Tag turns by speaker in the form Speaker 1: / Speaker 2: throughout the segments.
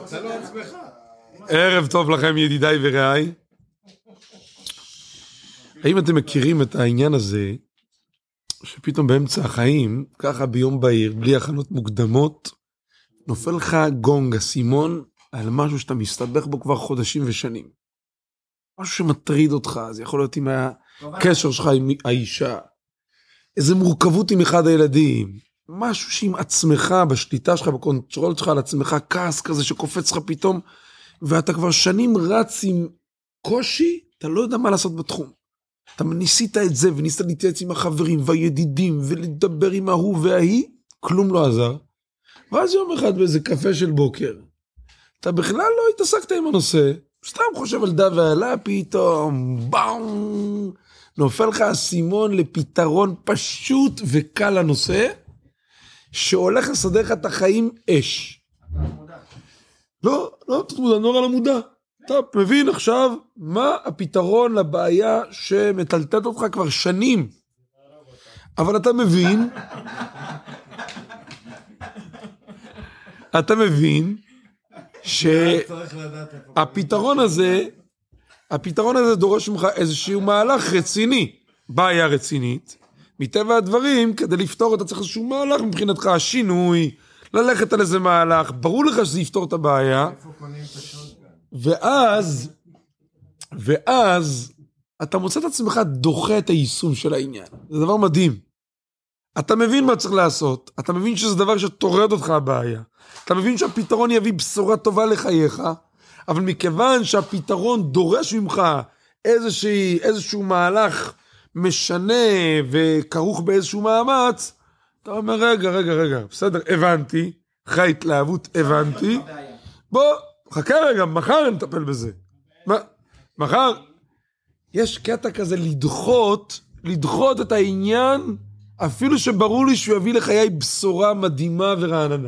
Speaker 1: אתה לא עצמך.
Speaker 2: ערב טוב לכם ידידיי ורעיי. האם אתם מכירים את העניין הזה, שפתאום באמצע החיים, ככה ביום בהיר, בלי הכנות מוקדמות, נופל לך גונג, אסימון, על משהו שאתה מסתבך בו כבר חודשים ושנים. משהו שמטריד אותך, זה יכול להיות עם הקשר שלך עם האישה, איזה מורכבות עם אחד הילדים, משהו שעם עצמך, בשליטה שלך, בקונטרול שלך על עצמך, כעס כזה שקופץ לך פתאום, ואתה כבר שנים רץ עם קושי, אתה לא יודע מה לעשות בתחום. אתה ניסית את זה, וניסית להתייעץ עם החברים והידידים, ולדבר עם ההוא וההיא, כלום לא עזר. ואז יום אחד באיזה קפה של בוקר, אתה בכלל לא התעסקת עם הנושא, סתם חושב על דה ועלה, פתאום, באום, נופל לך אסימון לפתרון פשוט וקל לנושא, שהולך לסדר לך את החיים אש. לא, תמודה, נורא למודע. אתה מבין עכשיו מה הפתרון לבעיה שמטלטלת אותך כבר שנים. אבל אתה מבין שהפתרון הזה דורש ממך איזשהו מהלך רציני. בעיה רצינית. מטבע הדברים, כדי לפתור אתה צריך איזשהו מהלך מבחינתך, השינוי, ללכת על איזה מהלך, ברור לך שזה יפתור את הבעיה. ואז אתה מוצא את עצמך דוחה את היישום של העניין. זה דבר מדהים. אתה מבין מה צריך לעשות, אתה מבין שזה דבר שתורד אותך הבעיה, אתה מבין שהפתרון יביא בשורה טובה לחייך, אבל מכיוון שהפתרון דורש ממך איזשהו מהלך משנה וכרוך באיזשהו מאמץ, אתה אומר רגע, בסדר, הבנתי, חי התלהבות, הבנתי, בוא, חכה רגע, מחר נטפל בזה. מחר, יש קטע כזה לדחות את העניין, אפילו שברור לי שהוא יביא לחיי בשורה מדהימה ורעננה.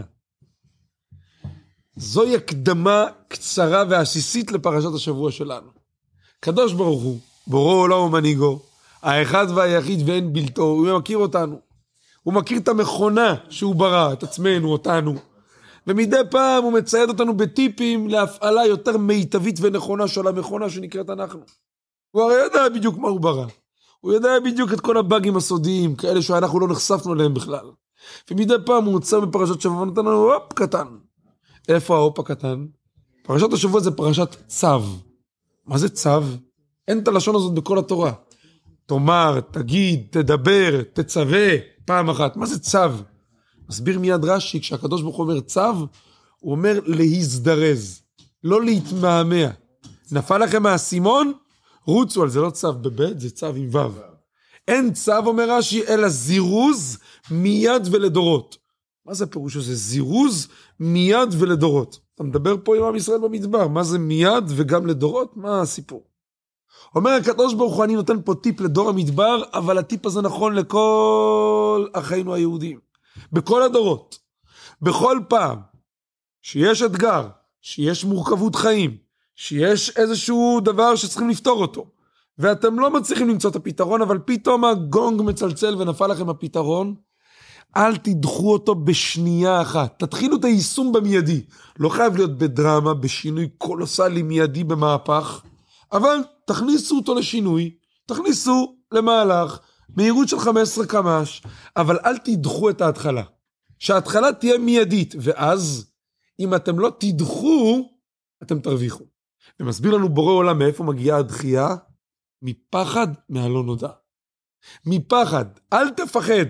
Speaker 2: זוהי הקדמה קצרה ועסיסית לפרשת השבוע שלנו. קדוש ברוך הוא, בורא עולם ומנהיגו, האחד והיחיד ואין בלתו, הוא מכיר אותנו. הוא מכיר את המכונה שהוא ברא, את עצמנו, אותנו. ומדי פעם הוא מצייד אותנו בטיפים להפעלה יותר מיטבית ונכונה של המכונה שנקראת אנחנו. הוא הרי יודע בדיוק מה הוא ברא. הוא יודע בדיוק את כל הבאגים הסודיים, כאלה שאנחנו לא נחשפנו אליהם בכלל. ומדי פעם הוא מוצא בפרשת שבוע ונותן לנו הופ קטן. איפה ההופ הקטן? פרשת השבוע זה פרשת צו. מה זה צו? אין את הלשון הזאת בכל התורה. תאמר, תגיד, תדבר, תצווה, פעם אחת. מה זה צו? מסביר מיד רש"י, כשהקדוש ברוך הוא אומר צו, הוא אומר להזדרז, לא להתמהמה. נפל לכם מהאסימון? רוצו על זה, לא צו בבית, זה צו עם וו. אין צו, אומר רש"י, אלא זירוז מיד ולדורות. מה זה פירוש הזה? זירוז מיד ולדורות. אתה מדבר פה עם עם ישראל במדבר, מה זה מיד וגם לדורות? מה הסיפור? אומר הקדוש ברוך הוא, אני נותן פה טיפ לדור המדבר, אבל הטיפ הזה נכון לכל אחינו היהודים. בכל הדורות. בכל פעם שיש אתגר, שיש מורכבות חיים, שיש איזשהו דבר שצריכים לפתור אותו, ואתם לא מצליחים למצוא את הפתרון, אבל פתאום הגונג מצלצל ונפל לכם הפתרון, אל תדחו אותו בשנייה אחת. תתחילו את היישום במיידי. לא חייב להיות בדרמה, בשינוי קולוסלי מיידי במהפך, אבל תכניסו אותו לשינוי, תכניסו למהלך, מהירות של 15 קמ"ש, אבל אל תדחו את ההתחלה. שההתחלה תהיה מיידית, ואז אם אתם לא תדחו, אתם תרוויחו. ומסביר לנו בורא עולם מאיפה מגיעה הדחייה, מפחד מהלא נודע. מפחד, אל תפחד,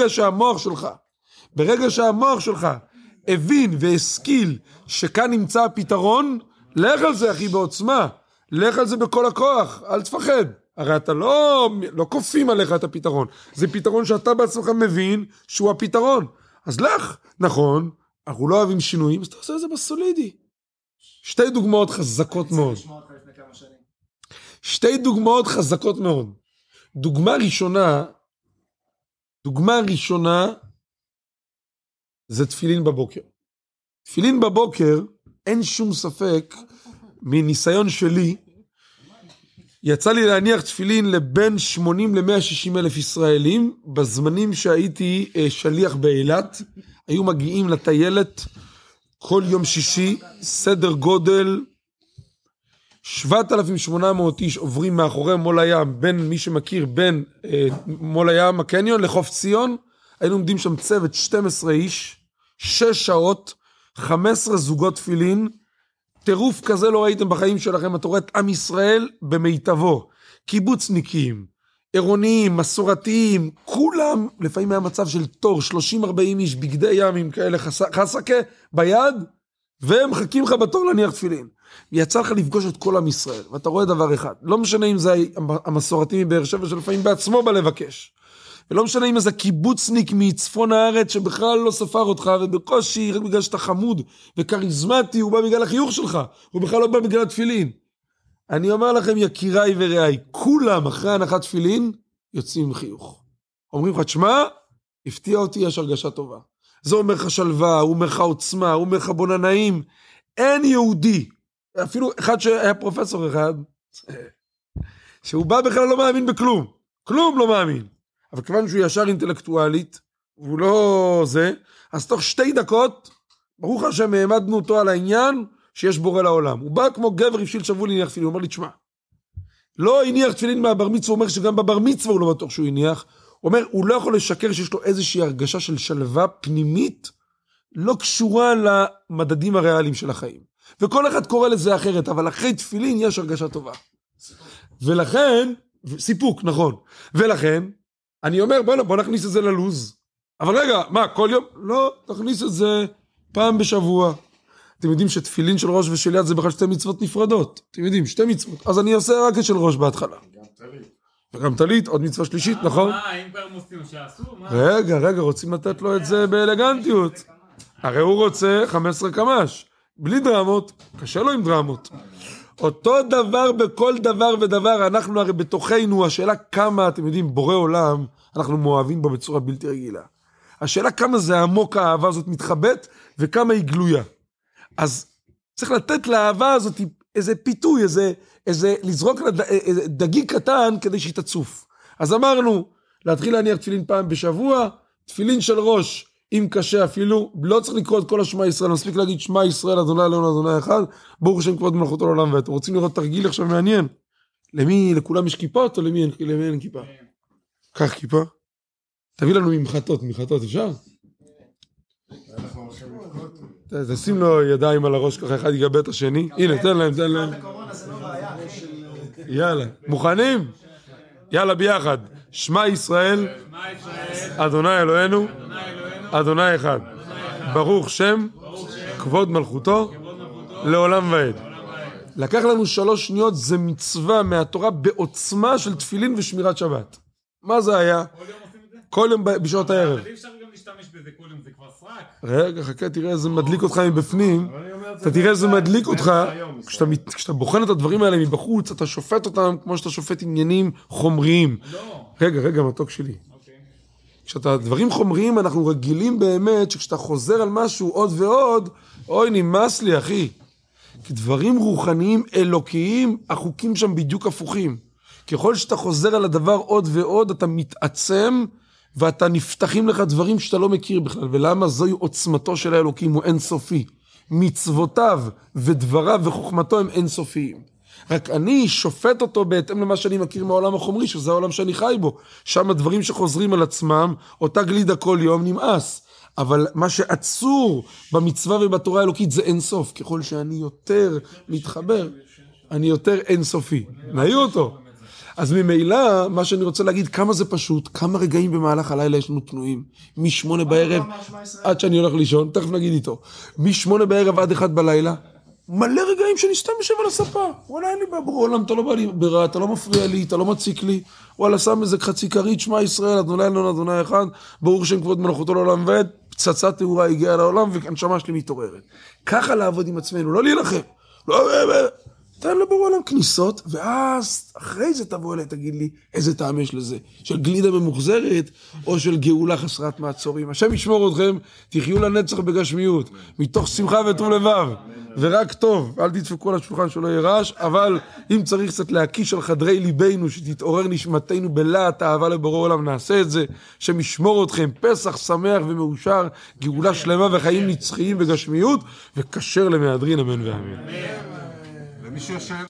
Speaker 2: ברגע שהמוח שלך הבין והשכיל שכאן נמצא הפתרון, לך על זה אחי בעוצמה, לך על זה בכל הכוח, אל תפחד. הרי אתה לא כופים עליך את הפתרון, זה פתרון שאתה בעצמך מבין שהוא הפתרון. אז לך, נכון, אנחנו לא אוהבים שינויים, אז אתה עושה את זה בסולידי. שתי דוגמאות חזקות מאוד. דוגמה ראשונה זה תפילין בבוקר. תפילין בבוקר, אין שום ספק, מניסיון שלי, יצא לי להניח תפילין לבין 80 ל-160 אלף ישראלים, בזמנים שהייתי שליח באילת, היו מגיעים לטיילת כל יום שישי, סדר גודל, 7,800 איש עוברים מאחורי מול הים, בין מי שמכיר, בין מול הים הקניון לחוף ציון, היינו עומדים שם צוות 12 איש, 6 שעות, 15 זוגות תפילין, טירוף כזה לא ראיתם בחיים שלכם, אתה רואה את עם ישראל במיטבו, קיבוצניקים, עירוניים, מסורתיים, כולם, לפעמים היה מצב של תור, 30-40 איש, בגדי ים עם כאלה חסקה ביד, והם מחכים לך בתור להניח תפילין. יצא לך לפגוש את כל עם ישראל, ואתה רואה דבר אחד, לא משנה אם זה המסורתי מבאר שבע שלפעמים בעצמו בא לבקש, ולא משנה אם זה קיבוצניק מצפון הארץ שבכלל לא ספר אותך, ובקושי רק בגלל שאתה חמוד וקריזמטי, הוא בא בגלל החיוך שלך, הוא בכלל לא בא בגלל התפילין. אני אומר לכם יקיריי ורעיי, כולם אחרי הנחת תפילין יוצאים עם חיוך. אומרים לך, תשמע, הפתיע אותי, יש הרגשה טובה. זה אומר לך שלווה, הוא אומר לך עוצמה, הוא אומר לך בונה נעים. אין יהודי, אפילו אחד שהיה פרופסור אחד, שהוא בא בכלל לא מאמין בכלום, כלום לא מאמין. אבל כיוון שהוא ישר אינטלקטואלית, והוא לא זה, אז תוך 2 דקות, ברוך השם העמדנו אותו על העניין, שיש בורא לעולם. הוא בא כמו גבר הפשיל שבוע להניח תפילין, הוא אומר לי, תשמע, לא הניח תפילין מהבר מצווה, הוא אומר שגם בבר מצווה הוא לא בטוח שהוא הניח, הוא אומר, הוא לא יכול לשקר שיש לו איזושהי הרגשה של שלווה פנימית, לא קשורה למדדים הריאליים של החיים. וכל אחד קורא לזה אחרת, אבל אחרי תפילין יש הרגשה טובה. ולכן, סיפוק, נכון. ולכן, אני אומר, בוא נכניס את זה ללוז. אבל רגע, מה, כל יום? לא, תכניס את זה פעם בשבוע. אתם יודעים שתפילין של ראש ושל יד זה בכלל 2 מצוות נפרדות. אתם יודעים, 2 מצוות. אז אני עושה רק את של ראש בהתחלה. וגם תלית, עוד מצווה שלישית, נכון?
Speaker 1: אם כבר מוסים שעשו?
Speaker 2: רגע, רוצים לתת לו את זה באלגנטיות. הרי הוא רוצה 15 קמ"ש. בלי דרמות, קשה לו עם דרמות. אותו דבר בכל דבר ודבר, אנחנו הרי בתוכנו, השאלה כמה, אתם יודעים, בורא עולם, אנחנו מאוהבים בו בצורה בלתי רגילה. השאלה כמה זה עמוק האהבה הזאת מתחבאת, וכמה היא גלויה. אז צריך לתת לאהבה הזאת איזה פיתוי, איזה לזרוק דגי קטן כדי שהיא תצוף. אז אמרנו, להתחיל להניח תפילין פעם בשבוע, תפילין של ראש, אם קשה אפילו, לא צריך לקרוא את כל השמע ישראל, מספיק להגיד שמע ישראל, אדוני אלוהינו, אדוני אחד, ברוך השם כבוד מלכותו לעולם. ואתם רוצים לראות תרגיל עכשיו מעניין? למי, לכולם יש כיפות או למי אין כיפה? קח כיפה. תביא לנו ממחטות, אפשר? תשים לו ידיים על הראש ככה, אחד יגבה את השני. הנה, תן להם. יאללה, מוכנים? יאללה ביחד. שמע ישראל, אדוני אלוהינו, אדוני אחד. ברוך שם, כבוד מלכותו, לעולם ועד. לקח לנו 3 שניות, זה מצווה מהתורה בעוצמה של תפילין ושמירת שבת. מה זה היה? כל יום בשעות הערב.
Speaker 1: אבל אי אפשר גם להשתמש בזה כל יום, זה כבר סרק.
Speaker 2: רגע, חכה, תראה איזה מדליק אותך מבפנים. אתה תראה איזה מדליק אותך. כשאתה בוחן את הדברים האלה מבחוץ, אתה שופט אותם כמו שאתה שופט עניינים חומריים. רגע, מתוק שלי. כשאתה דברים חומריים, אנחנו רגילים באמת, שכשאתה חוזר על משהו עוד ועוד, אוי, נמאס לי, אחי. כי דברים רוחניים, אלוקיים, החוקים שם בדיוק הפוכים. ככל שאתה חוזר על הדבר עוד ועוד, אתה מתעצם, ואתה נפתחים לך דברים שאתה לא מכיר בכלל. ולמה? זוהי עוצמתו של האלוקים, הוא אינסופי. מצוותיו ודבריו וחוכמתו הם אינסופיים. רק אני שופט אותו בהתאם למה שאני מכיר מהעולם החומרי, שזה העולם שאני חי בו. שם הדברים שחוזרים על עצמם, אותה גלידה כל יום נמאס. אבל מה שעצור במצווה ובתורה האלוקית זה אינסוף. ככל שאני יותר מתחבר, אני יותר אינסופי. נהיו אותו. אז ממילא, מה שאני רוצה להגיד, כמה זה פשוט, כמה רגעים במהלך הלילה יש לנו פנויים, מ8 בערב עד שאני הולך לישון, תכף נגיד איתו, מ8 בערב עד 1 בלילה, מלא רגעים שאני סתם יושב על הספה, וואלה אין לי בעולם, אתה לא בא לי ברע, אתה לא מפריע לי, אתה לא מציק לי, וואלה שם איזה חצי כרית, שמע ישראל, אדוני אלוהינו, אדוני אחד, ברוך שם כבוד מלכותו לעולם ועד, פצצת תאורה הגיעה לעולם והנשמה שלי מתעוררת. ככה לעבוד עם עצמנו, לא להילחם, לא, תן לבורא עולם כניסות, ואז אחרי זה תבוא אליי, תגיד לי איזה טעם יש לזה, של גלידה ממוחזרת, או של גאולה חסרת מעצורים. השם ישמור אתכם, תחיו לנצח בגשמיות, מתוך שמחה וטוב לבב, ורק טוב, אל תדפקו על השולחן שלא יהיה רעש, אבל אם צריך קצת להקיש על חדרי ליבנו, שתתעורר נשמתנו בלהט אהבה לבורא עולם, נעשה את זה. השם ישמור אתכם, פסח שמח ומאושר, גאולה שלמה וחיים נצחיים בגשמיות, וכשר למהדרין, אמן ואמן.
Speaker 3: ומי שיושב